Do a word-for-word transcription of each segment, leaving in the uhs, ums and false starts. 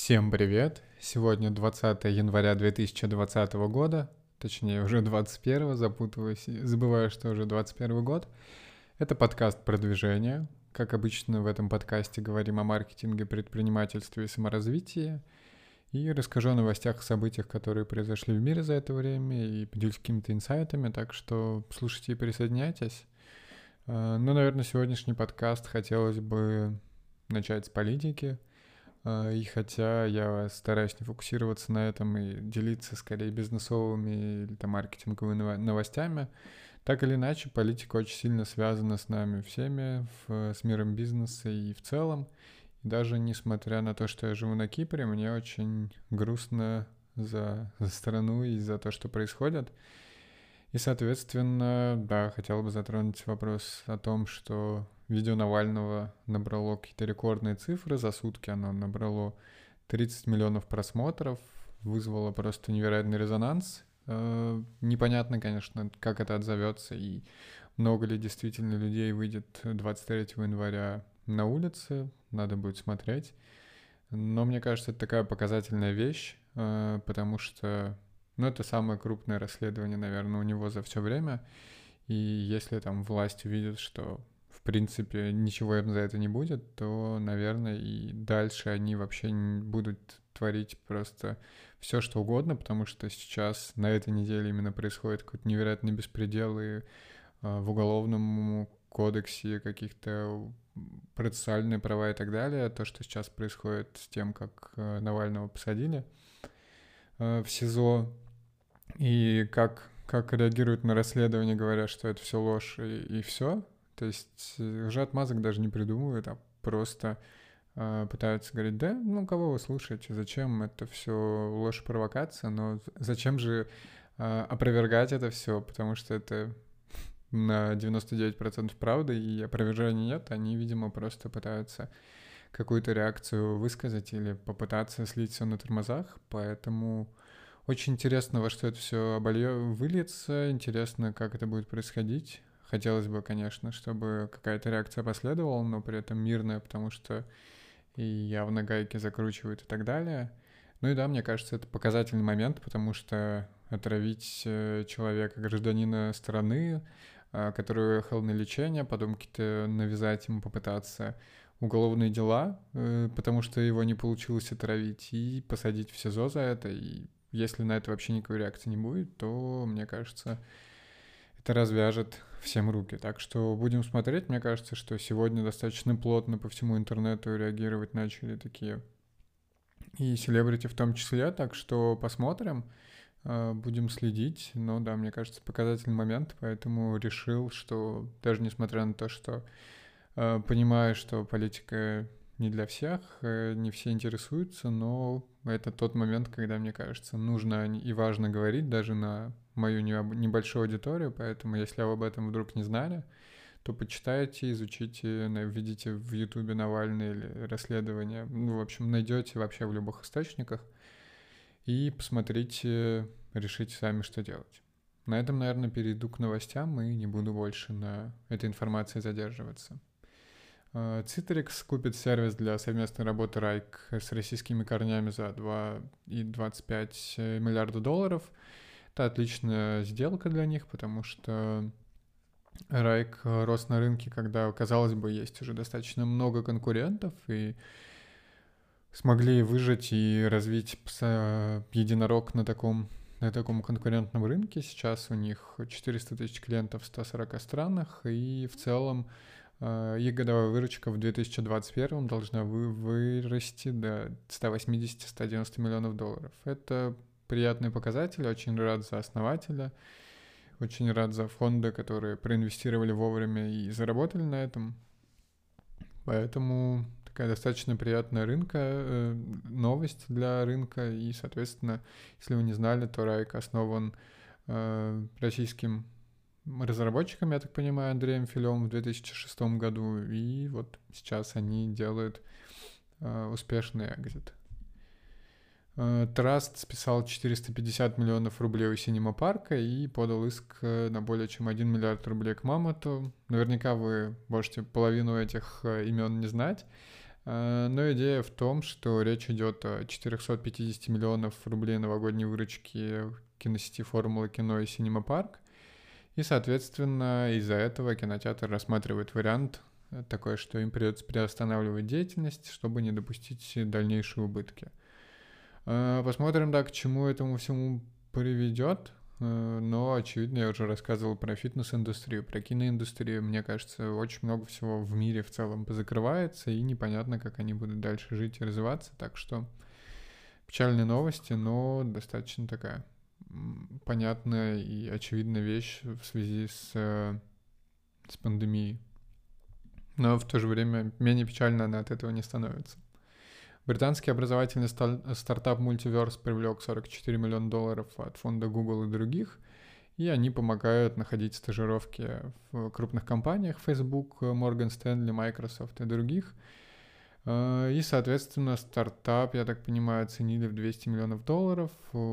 Всем привет! Сегодня двадцатое января две тысячи двадцатого года, точнее уже двадцать первого, запутываюсь, и забываю, что уже двадцать первый год. Это подкаст «Продвижение». Как обычно, в этом подкасте говорим о маркетинге, предпринимательстве и саморазвитии. И расскажу о новостях и событиях, которые произошли в мире за это время, и поделюсь какими-то инсайтами, так что слушайте и присоединяйтесь. А, Ну, наверное, сегодняшний подкаст хотелось бы начать с политики. А, И хотя я стараюсь не фокусироваться на этом и делиться скорее бизнесовыми или там маркетинговыми нова- новостями, так или иначе политика очень сильно связана с нами всеми, в- с миром бизнеса и в целом. И даже несмотря на то, что я живу на Кипре, мне очень грустно за, за страну и за то, что происходит. И, соответственно, да, хотел бы затронуть вопрос о том, что видео Навального набрало какие-то рекордные цифры. За сутки оно набрало тридцать миллионов просмотров, вызвало просто невероятный резонанс. Э, Непонятно, конечно, как это отзовется и много ли действительно людей выйдет двадцать третьего января на улицы. Надо будет смотреть. Но мне кажется, это такая показательная вещь, э, потому что, ну, это самое крупное расследование, наверное, у него за все время. И если там власть увидит, что в принципе ничего им за это не будет, то, наверное, и дальше они вообще не будут творить просто все, что угодно, потому что сейчас на этой неделе именно происходит какой-то невероятный беспредел, и а, в уголовном кодексе каких-то процессуальные права и так далее. То, что сейчас происходит с тем, как э, Навального посадили э, в СИЗО, и как, как реагируют на расследование, говоря, что это все ложь и, и все. То есть э, уже отмазок даже не придумывают, а просто э, пытаются говорить, да, ну кого вы слушаете, зачем это все ложь и провокация, но зачем же э, опровергать это все, потому что это на девяносто девять процентов правды, и опровержения нет, они, видимо, просто пытаются какую-то реакцию высказать или попытаться слить все на тормозах, поэтому очень интересно, во что это все обольё выльется, интересно, как это будет происходить. Хотелось бы, конечно, чтобы какая-то реакция последовала, но при этом мирная, потому что и явно гайки закручивают и так далее. Ну и да, мне кажется, это показательный момент, потому что отравить э, человека, гражданина страны, э, который уехал на лечение, потом какие-то навязать ему попытаться уголовные дела, э, потому что его не получилось отравить, и посадить в СИЗО за это. И если на это вообще никакой реакции не будет, то, мне кажется, это развяжет всем руки. Так что будем смотреть. Мне кажется, что сегодня достаточно плотно по всему интернету реагировать начали такие и селебрити в том числе, так что посмотрим, э, будем следить. Но да, мне кажется, показательный момент, поэтому решил, что даже несмотря на то, что э, понимаю, что политика не для всех, э, не все интересуются, но это тот момент, когда, мне кажется, нужно и важно говорить даже на мою небольшую аудиторию, поэтому если вы об этом вдруг не знали, то почитайте, изучите, введите в Ютубе Навальный или расследование. Ну, в общем, найдете вообще в любых источниках и посмотрите, решите сами, что делать. На этом, наверное, перейду к новостям и не буду больше на этой информации задерживаться. Citrix купит сервис для совместной работы Райк с российскими корнями за два и двадцать пять миллиарда долларов. Это отличная сделка для них, потому что Райк рос на рынке, когда, казалось бы, есть уже достаточно много конкурентов, и смогли выжить и развить единорог на таком, на таком конкурентном рынке. Сейчас у них четыреста тысяч клиентов в ста сорока странах, и в целом их годовая выручка в две тысячи двадцать первом должна вы, вырасти до ста восьмидесяти - ста девяноста миллионов долларов. Это приятный показатель, очень рад за основателя. Очень рад за фонды, которые проинвестировали вовремя и заработали на этом. Поэтому такая достаточно приятная рынка, э, новость для рынка. И, соответственно, если вы не знали, то Райк основан э, российским разработчиком, я так понимаю, Андреем Филевым в две тысячи шестом году. И вот сейчас они делают э, успешный экзит. Траст списал четыреста пятьдесят миллионов рублей у Синема Парка и подал иск на более чем один миллиард рублей к Мамонту. Наверняка вы можете половину этих имен не знать. Но идея в том, что речь идет о четырехсот пятидесяти миллионов рублей новогодней выручки киносети «Формула кино» и «Синема Парк». И, соответственно, из-за этого кинотеатр рассматривает вариант такой, что им придется приостанавливать деятельность, чтобы не допустить дальнейшие убытки. Посмотрим, да, к чему этому всему приведет. Но, очевидно, я уже рассказывал про фитнес-индустрию, про киноиндустрию. Мне кажется, очень много всего в мире в целом позакрывается, и непонятно, как они будут дальше жить и развиваться. Так что печальные новости, но достаточно такая понятная и очевидная вещь в связи с, с пандемией. Но в то же время менее печально она от этого не становится. Британский образовательный стартап Multiverse привлек сорок четыре миллиона долларов от фонда Google и других, и они помогают находить стажировки в крупных компаниях Facebook, Morgan Stanley, Microsoft и других. И, соответственно, стартап, я так понимаю, оценили в двести миллионов долларов.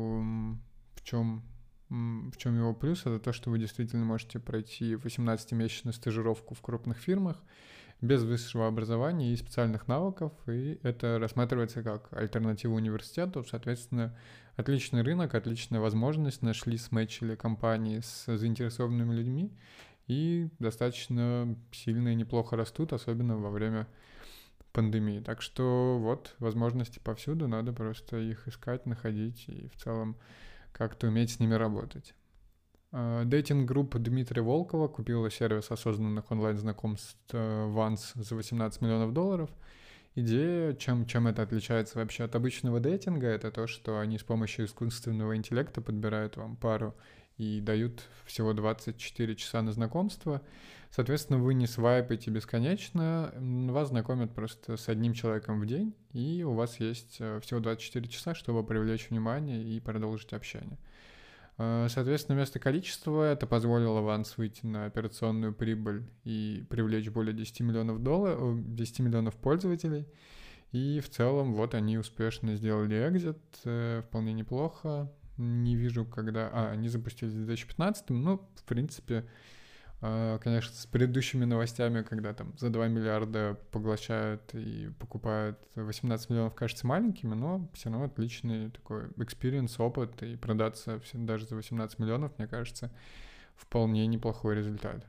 В чем, в чем его плюс? Это то, что вы действительно можете пройти восемнадцатимесячную стажировку в крупных фирмах без высшего образования и специальных навыков, и это рассматривается как альтернатива университету. Соответственно, отличный рынок, отличная возможность. Нашли, сметчили компании с заинтересованными людьми и достаточно сильно и неплохо растут, особенно во время пандемии. Так что вот, возможности повсюду, надо просто их искать, находить и в целом как-то уметь с ними работать. Дейтинг-группа Дмитрия Волкова купила сервис осознанных онлайн-знакомств Once за восемнадцать миллионов долларов. Идея, чем, чем это отличается вообще от обычного дейтинга, это то, что они с помощью искусственного интеллекта подбирают вам пару и дают всего двадцать четыре часа на знакомство. Соответственно, вы не свайпаете бесконечно, вас знакомят просто с одним человеком в день, и у вас есть всего двадцать четыре часа, чтобы привлечь внимание и продолжить общение. Соответственно, вместо количества это позволило Once выйти на операционную прибыль и привлечь более десять миллионов долларов, десять миллионов пользователей. И в целом вот они успешно сделали экзит, вполне неплохо. Не вижу, когда... А, они запустились в две тысячи пятнадцатом, ну, в принципе, конечно, с предыдущими новостями, когда там за два миллиарда поглощают и покупают восемнадцать миллионов, кажется маленькими, но все равно отличный такой экспириенс, опыт, и продаться даже за восемнадцать миллионов, мне кажется, вполне неплохой результат.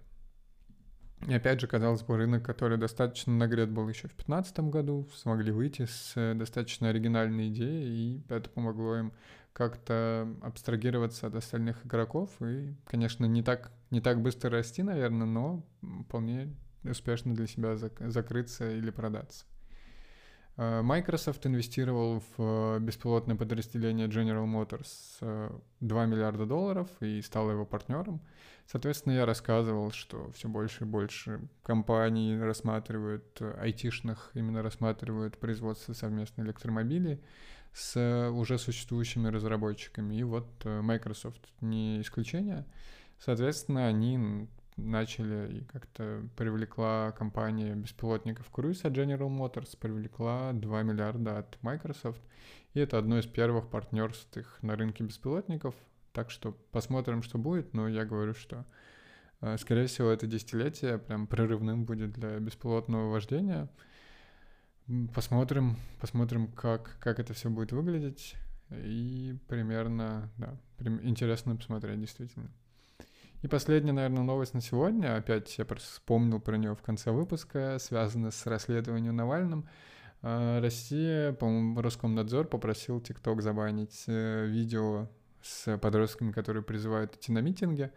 И опять же, казалось бы, рынок, который достаточно нагрет был еще в две тысячи пятнадцатом году, смогли выйти с достаточно оригинальной идеей, и это помогло им как-то абстрагироваться от остальных игроков и, конечно, не так, не так быстро расти, наверное, но вполне успешно для себя зак- закрыться или продаться. Microsoft инвестировал в беспилотное подразделение General Motors два миллиарда долларов и стал его партнером. Соответственно, я рассказывал, что все больше и больше компаний рассматривают, айтишных именно рассматривают производство совместных электромобилей с уже существующими разработчиками. И вот Microsoft не исключение. Соответственно, они начали, и как-то привлекла компания беспилотников Cruise от General Motors, привлекла два миллиарда от Microsoft. И это одно из первых партнерств их на рынке беспилотников. Так что посмотрим, что будет. Но я говорю, что, скорее всего, это десятилетие прям прорывным будет для беспилотного вождения. Посмотрим, посмотрим, как, как это все будет выглядеть. И примерно, да, интересно посмотреть, действительно. И последняя, наверное, новость на сегодня. Опять я просто вспомнил про нее в конце выпуска, связанная с расследованием Навальным. Россия, по-моему, Роскомнадзор попросил ТикТок забанить видео с подростками, которые призывают идти на митинги.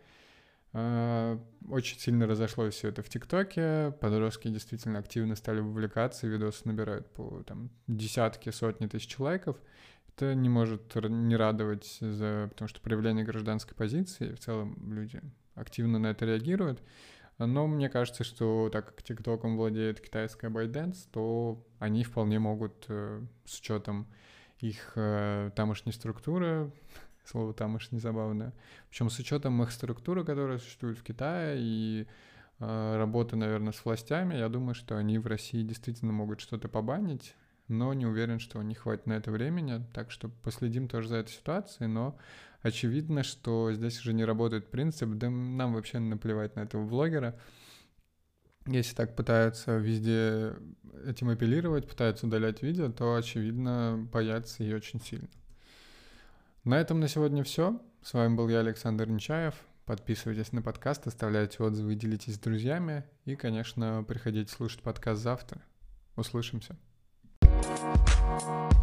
Очень сильно разошлось все это в ТикТоке. Подростки действительно активно стали вовлекаться, видосы набирают по там, десятки, сотни тысяч лайков. Это не может не радовать, за, потому что проявление гражданской позиции, в целом люди активно на это реагируют. Но мне кажется, что так как ТикТоком владеет китайская ByteDance, то они вполне могут с учетом их тамошней структуры, слово тамошнее забавное, причем с учетом их структуры, которая существует в Китае, и работы, наверное, с властями, я думаю, что они в России действительно могут что-то побанить, но не уверен, что у них хватит на это времени, так что последим тоже за этой ситуацией, но очевидно, что здесь уже не работает принцип, да нам вообще наплевать на этого блогера, Если так пытаются везде этим апеллировать, пытаются удалять видео, то, очевидно, боятся ее очень сильно. На этом на сегодня все. С вами был я, Александр Нечаев. Подписывайтесь на подкаст, оставляйте отзывы, делитесь с друзьями. И, конечно, приходите слушать подкаст завтра. Услышимся.